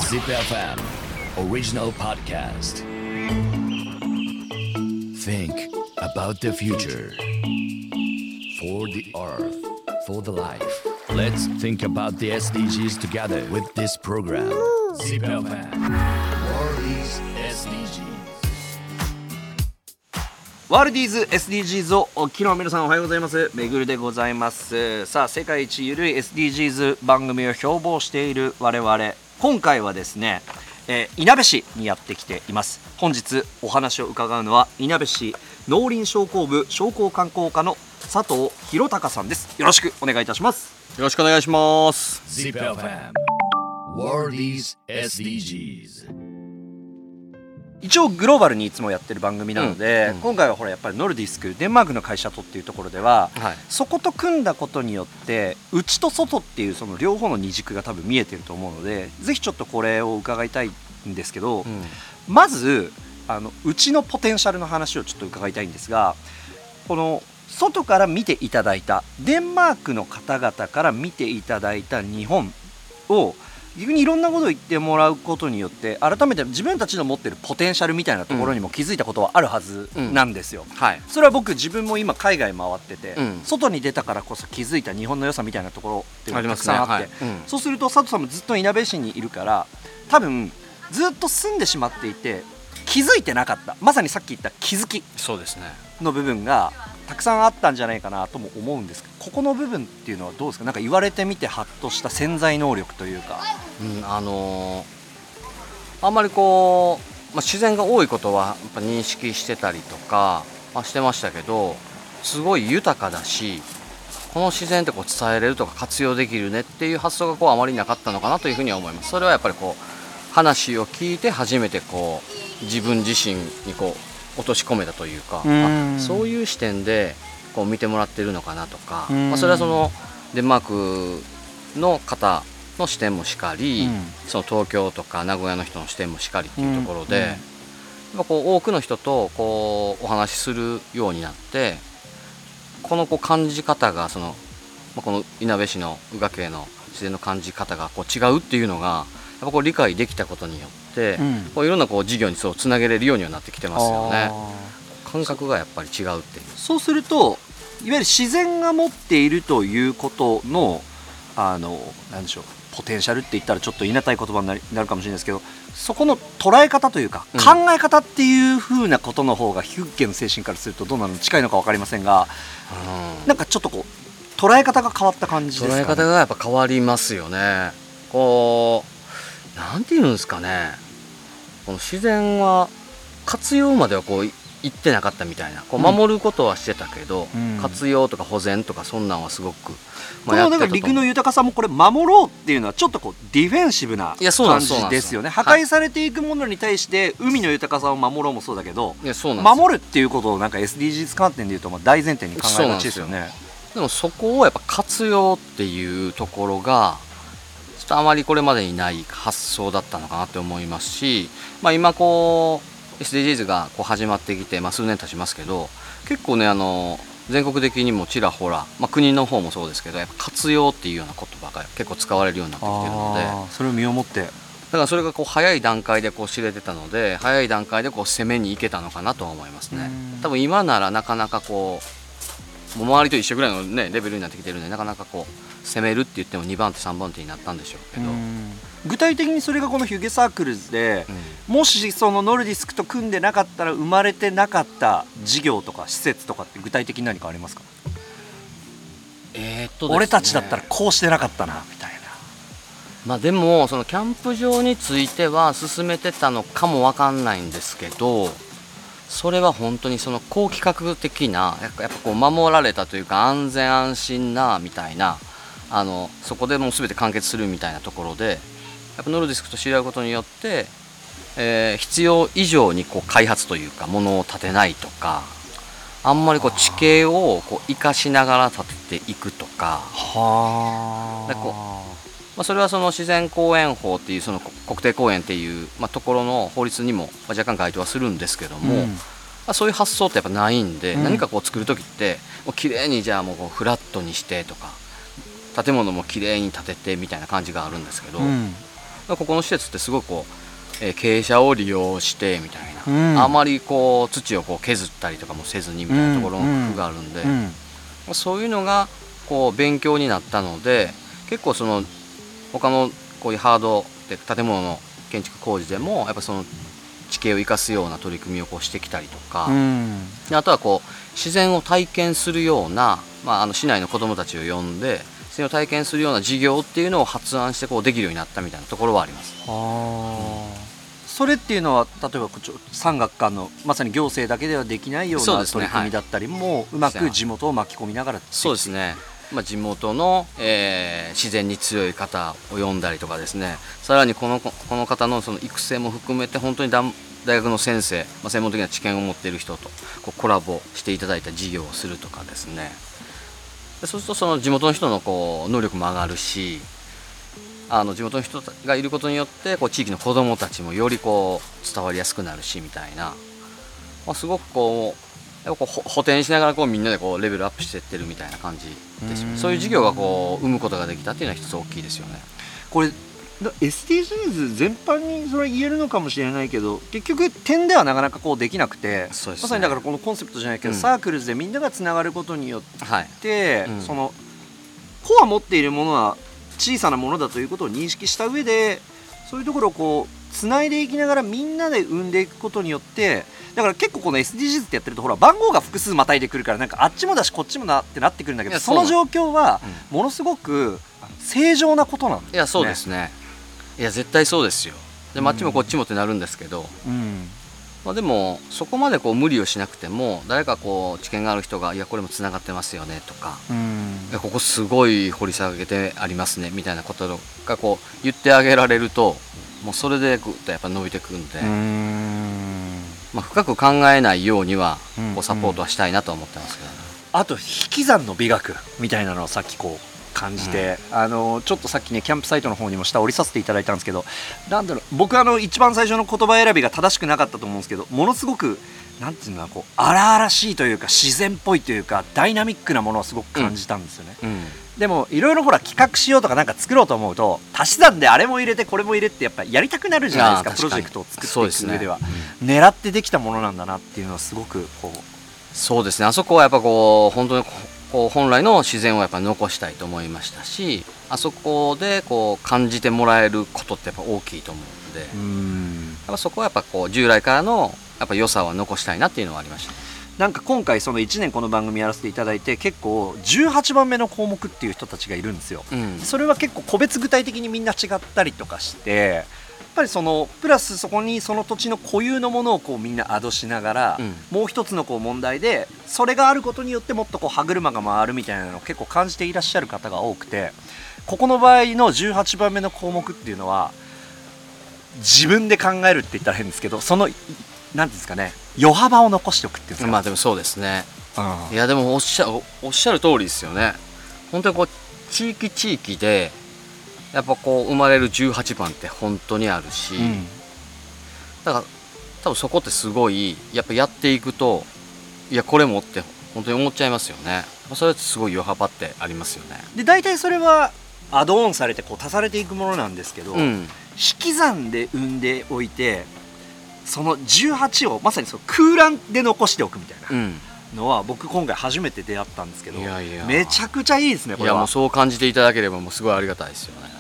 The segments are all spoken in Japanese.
Zip FM Original Podcast. Think about the future. For the earth, for the life. Let's think about the SDGs together with this program. Zip FM World is SDGs. ワールディーズ SDGs をお聞きの皆さんおはようございます。めぐるでございます。さあ世界一ゆるい SDGs 番組を標榜している我々、今回はですね、いなべ市にやってきています。本日お話を伺うのはいなべ市農林商工部商工観光課の佐藤弘隆さんです。よろしくお願いいたします。 よろしくお願いします。 Zip FM World is SDGs。 一応グローバルにいつもやってる番組なので、今回はほらやっぱりノルディスクデンマークの会社とっていうところでは、そこと組んだことによって内と外っていうその両方の二軸が多分見えてると思うので、ぜひちょっとこれを伺いたいんですけど、まず内のポテンシャルの話をちょっと伺いたいんですが、この外から見ていただいたデンマークの方々から見ていただいた日本を逆にいろんなことを言ってもらうことによって改めて自分たちの持ってるポテンシャルみたいなところにも気づいたことはあるはずなんですよ、それは僕自分も今海外回ってて、外に出たからこそ気づいた日本の良さみたいなところっていうのがたくさんあって、そうすると佐藤さんもずっといなべ市にいるから多分ずっと住んでしまっていて気づいてなかった、まさにさっき言った気づきの部分がたくさんあったんじゃないかなとも思うんですけど、ここの部分っていうのはどうですか？なんか言われてみてハッとした潜在能力というか、 あんまりこう、自然が多いことはやっぱ認識してたりとか、してましたけど、すごい豊かだし、この自然ってこう伝えれるとか活用できるねっていう発想がこうあまりなかったのかなというふうには思います。それはやっぱりこう話を聞いて初めてこう自分自身にこう落とし込めたというか、そういう視点でこう見てもらってるのかなとか、それはそのデンマークの方の視点もしかり、その東京とか名古屋の人の視点もしかりっていうところで、こう多くの人とこうお話しするようになって、このこう感じ方がその、このいなべ市の宇賀家の自然の感じ方がこう違うっていうのがやっぱこう理解できたことによって、こういろんなこう事業にそうつなげれるようにはなってきてますよね。感覚がやっぱり違うっていう。 そうするといわゆる自然が持っているということのなんでしょう、ポテンシャルって言ったらちょっと言い難い言葉になるかもしれないですけど、そこの捉え方というか、考え方っていう風なことの方がヒュッゲの精神からするとどうなの近いのか分かりませんが、なんかちょっとこう捉え方が変わった感じですかね。 捉え方がやっぱ変わりますよね。こうなんていうんですかね、この自然は活用まではこう言ってなかったみたいな、こう守ることはしてたけど、活用とか保全とかそんなんはすごく、 このなんか陸の豊かさもこれ守ろうっていうのはちょっとこうディフェンシブな感じですよね。破壊されていくものに対して海の豊かさを守ろうもそうだけど、守るっていうことをなんか SDGs 観点でいうと大前提に考えがちですよね。 でもそこをやっぱ活用っていうところがちょっとあまりこれまでにない発想だったのかなって思いますし、今こうSDGs がこう始まってきて、数年経ちますけど、結構ね全国的にもちらほら、国の方もそうですけど、やっぱ活用っていうような言葉が結構使われるようになってきてるので、 それを身をもってだからそれがこう早い段階でこう知れてたので、早い段階でこう攻めに行けたのかなとは思いますね。多分今ならなかなかこう周りと一緒ぐらいの、レベルになってきてるので、なかなかこう攻めるって言っても2番手3番手になったんでしょうけど、 具体的にそれがこのヒュゲサークルズで、もしそのノルディスクと組んでなかったら生まれてなかった事業とか施設とかって具体的に何かありますか？俺たちだったらこうしてなかったなみたいな。 でもそのキャンプ場については進めてたのかも分かんないんですけど、それは本当にその高規格的なやっぱこう守られたというか安全安心なみたいな、そこでもう全て完結するみたいなところで、やっぱノルディスクと知り合うことによって、必要以上にこう開発というかものを建てないとか、あんまりこう地形をこう生かしながら建てていくとか、それはその自然公園法っていうその国定公園っていう、ところの法律にも若干該当はするんですけども、そういう発想ってやっぱないんで、何かこう作る時ってもう綺麗にじゃあもうこうフラットにしてとか、建物も綺麗に建ててみたいな感じがあるんですけど、 ここの施設ってすごくこう、傾斜を利用してみたいな、あまりこう土をこう削ったりとかもせずにみたいなところの工夫があるんで、そういうのがこう勉強になったので、結構その他のこういうハードで建物の建築工事でもやっぱその地形を生かすような取り組みをこうしてきたりとか、あとはこう自然を体験するような、市内の子どもたちを呼んで自然を体験するような事業っていうのを発案してこうできるようになったみたいなところはあります。 それっていうのは例えば産学官のまさに行政だけではできないような取り組みだったりも、うまく地元を巻き込みながら。 そうですね、地元の、自然に強い方を呼んだりとかですね、さらにこの方のその育成も含めて本当に大学の先生、専門的な知見を持っている人とこうコラボしていただいた事業をするとかですね、そうするとその地元の人のこう能力も上がるし、地元の人がいることによってこう地域の子どもたちもよりこう伝わりやすくなるしみたいな、すごくこう補填しながらこうみんなでこうレベルアップしていってるみたいな感じです。そういう事業がこう生むことができたっていうのは一つ大きいですよね。 これSDGs 全般にそれは言えるのかもしれないけど、結局点ではなかなかこうできなくて、まさにだからこのコンセプトじゃないけど、サークルズでみんながつながることによって、そのコア持っているものは小さなものだということを認識した上で、そういうところをこうつないでいきながらみんなで生んでいくことによって、だから結構この SDGs ってやってるとほら番号が複数またいでくるから、なんかあっちもだしこっちもなってなってくるんだけど、その状況はものすごく正常なことなんですね。 いやそうですね、いや絶対そうですよ。であっちもこっちもってなるんですけど、でもそこまでこう無理をしなくても、誰かこう知見がある人がいやこれもつながってますよねとか、いやここすごい掘り下げてありますねみたいなことがこう言ってあげられると、もうそれでぐっとやっぱ伸びてくるんで、深く考えないようにはこうサポートはしたいなと思ってますけどね。 あと引き算の美学みたいなのをさっきこう感じて、ちょっとさっきねキャンプサイトの方にも下降りさせていただいたんですけど、なんだろう、僕一番最初の言葉選びが正しくなかったと思うんですけど、ものすごくなんていうのかこう荒々しいというか自然っぽいというかダイナミックなものをすごく感じたんですよね。でもいろいろほら企画しようとかなんか作ろうと思うと、足し算であれも入れてこれも入れってやっぱやりたくなるじゃないですか。プロジェクトを作っていく上では狙ってできたものなんだなっていうのはすごくこう。 そうですね、あそこはやっぱこう本当にこう本来の自然をやっぱ残したいと思いましたし、あそこでこう感じてもらえることってやっぱ大きいと思うので、やっぱそこはやっぱこう従来からのやっぱ良さは残したいなっていうのはありました。 なんか今回その1年この番組やらせていただいて、結構18番目の項目っていう人たちがいるんですよ。それは結構個別具体的にみんな違ったりとかして、やっぱりそのプラスそこにその土地の固有のものをこうみんなアドしながら、もう一つのこう問題でそれがあることによってもっとこう歯車が回るみたいなのを結構感じていらっしゃる方が多くて、ここの場合の18番目の項目っていうのは自分で考えるって言ったら変ですけど、そのなんていうんですかね、余幅を残しておくっていうんですか。 でもそうですね、いやでもおっしゃる通りですよね。本当にこう地域地域でやっぱこう生まれる18番って本当にあるし、だから多分そこってすごいやっぱやっていくと、いやこれもって本当に思っちゃいますよね。それってすごい余幅ってありますよね。 で大体それはアドオンされてこう足されていくものなんですけど、引き算で生んでおいて、その18をまさにその空欄で残しておくみたいなのは、僕今回初めて出会ったんですけど、めちゃくちゃいいですねこれは。 いやもうそう感じていただければもうすごいありがたいですよね。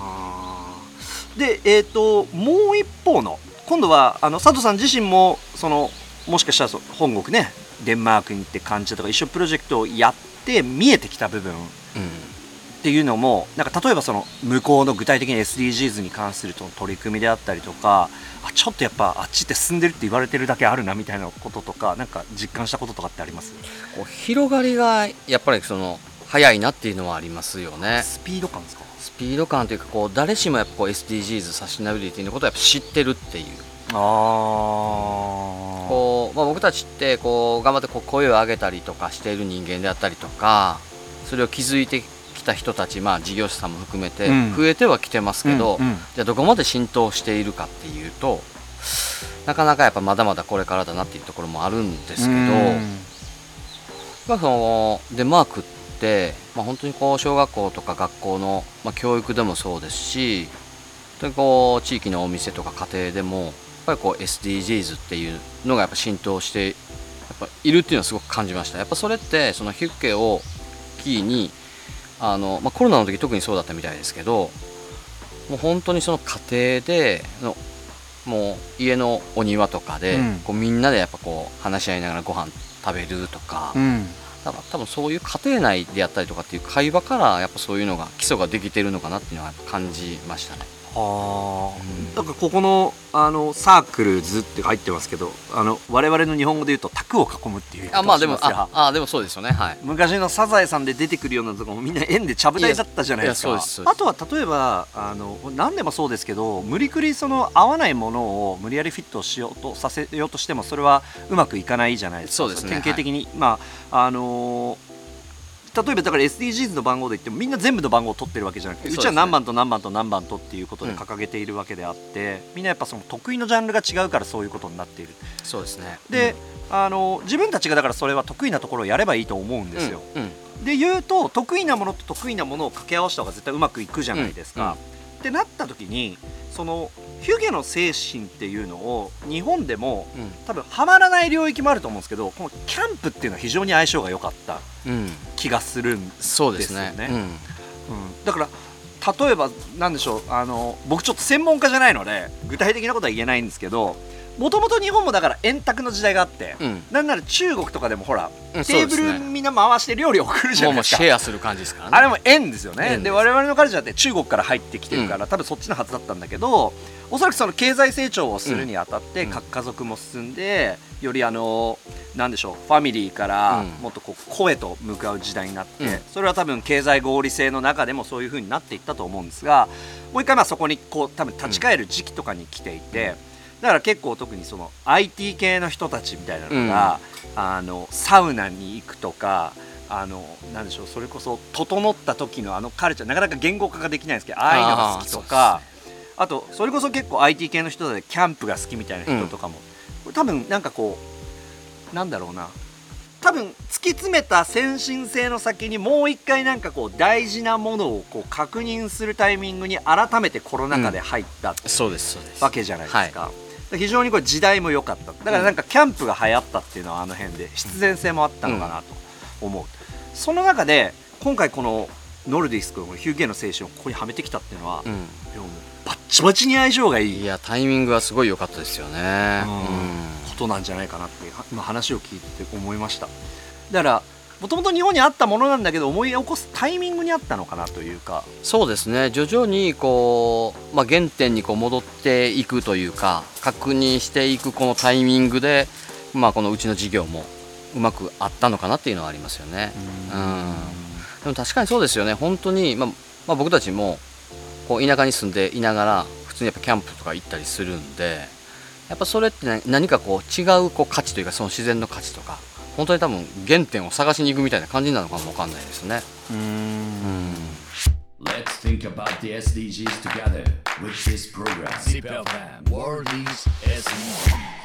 でもう一方の今度は佐藤さん自身ももしかしたら本国ねデンマークに行って感じたとか、一緒プロジェクトをやって見えてきた部分っていうのも、なんか例えばその向こうの具体的に SDGs に関する取り組みであったりとか、ちょっとやっぱあっちって進んでるって言われてるだけあるなみたいなこととか、なんか実感したこととかってあります？ こう広がりがやっぱり早いなっていうのはありますよね。 スピード感ですか？ スピード感というか、こう誰しもやっぱこう SDGs サステナビリティのことをやっぱ知ってるっていう。こう僕たちってこう頑張ってこう声を上げたりとかしている人間であったりとか、それを気づいてきた人たち、事業者さんも含めて増えてはきてますけど、じゃあどこまで浸透しているかっていうと、なかなかやっぱまだまだこれからだなっていうところもあるんですけど、デンマークって本当にこう小学校とか学校の、教育でもそうですし、 でこう地域のお店とか家庭でもやっぱりこう SDGs っていうのがやっぱ浸透してやっぱいるっていうのはすごく感じました。やっぱそれってそのヒュッケをキーにコロナの時特にそうだったみたいですけど、もう本当にその家庭でのもう家のお庭とかで、こうみんなでやっぱこう話し合いながらご飯食べるとか、だから多分そういう家庭内でやったりとかっていう会話からやっぱそういうのが基礎ができてるのかなっていうのは感じましたね。 だからここのサークルズって入ってますけど、我々の日本語で言うと卓を囲むっていう言い方をしますが、 でもそうですよね、はい、 昔のサザエさんで出てくるようなとこもみんな縁でちゃぶ台だったじゃないですか。あとは例えば何でもそうですけど、無理くりその合わないものを無理やりフィットしようとさせようとしてもそれはうまくいかないじゃないですか。 そうですね、 典型的に、例えばだから SDGs の番号で言ってもみんな全部の番号を取ってるわけじゃなくて、うちは何番と何番と何番とっていうことで掲げているわけであって、みんなやっぱその得意のジャンルが違うからそういうことになっている。 そうですね。 で、自分たちがだからそれは得意なところをやればいいと思うんですよ。で言うと得意なものと得意なものを掛け合わせた方が絶対うまくいくじゃないですか。ってなった時にそのヒュゲの精神っていうのを日本でも、多分ハマらない領域もあると思うんですけど、このキャンプっていうのは非常に相性が良かった気がするんですよね。だから例えばなんでしょう、僕ちょっと専門家じゃないので具体的なことは言えないんですけど、もともと日本もだから円卓の時代があって、なんなら中国とかでもほら、テーブルみんな回して料理を送るじゃないですか。 もうシェアする感じですからね。 あれも円ですよね。で我々のカルチャーって中国から入ってきてるから、多分そっちのはずだったんだけど、おそらくその経済成長をするにあたって核家族も進んで、よりなんでしょう、ファミリーからもっとこう個へと向かう時代になって、それは多分経済合理性の中でもそういう風になっていったと思うんですが、もう一回そこにこう多分立ち返る時期とかに来ていて、だから結構特にその IT 系の人たちみたいなのが、サウナに行くとか、なんでしょう、それこそ整った時のカルチャーなかなか言語化ができないんですけど、ああいうのが好きとか、あとそれこそ結構 IT 系の人でキャンプが好きみたいな人とかも、これ多分なんかこうなんだろうな、多分突き詰めた先進性の先にもう一回なんかこう大事なものをこう確認するタイミングに改めてコロナ禍で入ったわけじゃないですか。非常にこれ時代も良かった。だからなんかキャンプが流行ったっていうのはあの辺で必然性もあったのかなと思う。その中で今回このノルディスクのヒューゲの精神をここにはめてきたっていうのは、バッチバチに相性がいい。 いやタイミングはすごい良かったですよね。 ことなんじゃないかなって今話を聞いてて思いました。だからもともと日本にあったものなんだけど思い起こすタイミングにあったのかなというか。 そうですね、徐々にこう、原点にこう戻っていくというか確認していくこのタイミングで、このうちの事業もうまくあったのかなっていうのはありますよね。でも確かにそうですよね。本当に、僕たちもこう田舎に住んでいながら普通にやっぱキャンプとか行ったりするんで、やっぱそれって何かこう違うこう価値というか、その自然の価値とか本当に多分原点を探しに行くみたいな感じなのかもわかんないですね。 Let's think about the SDGs together with this program. ZIPFM World is SDGs.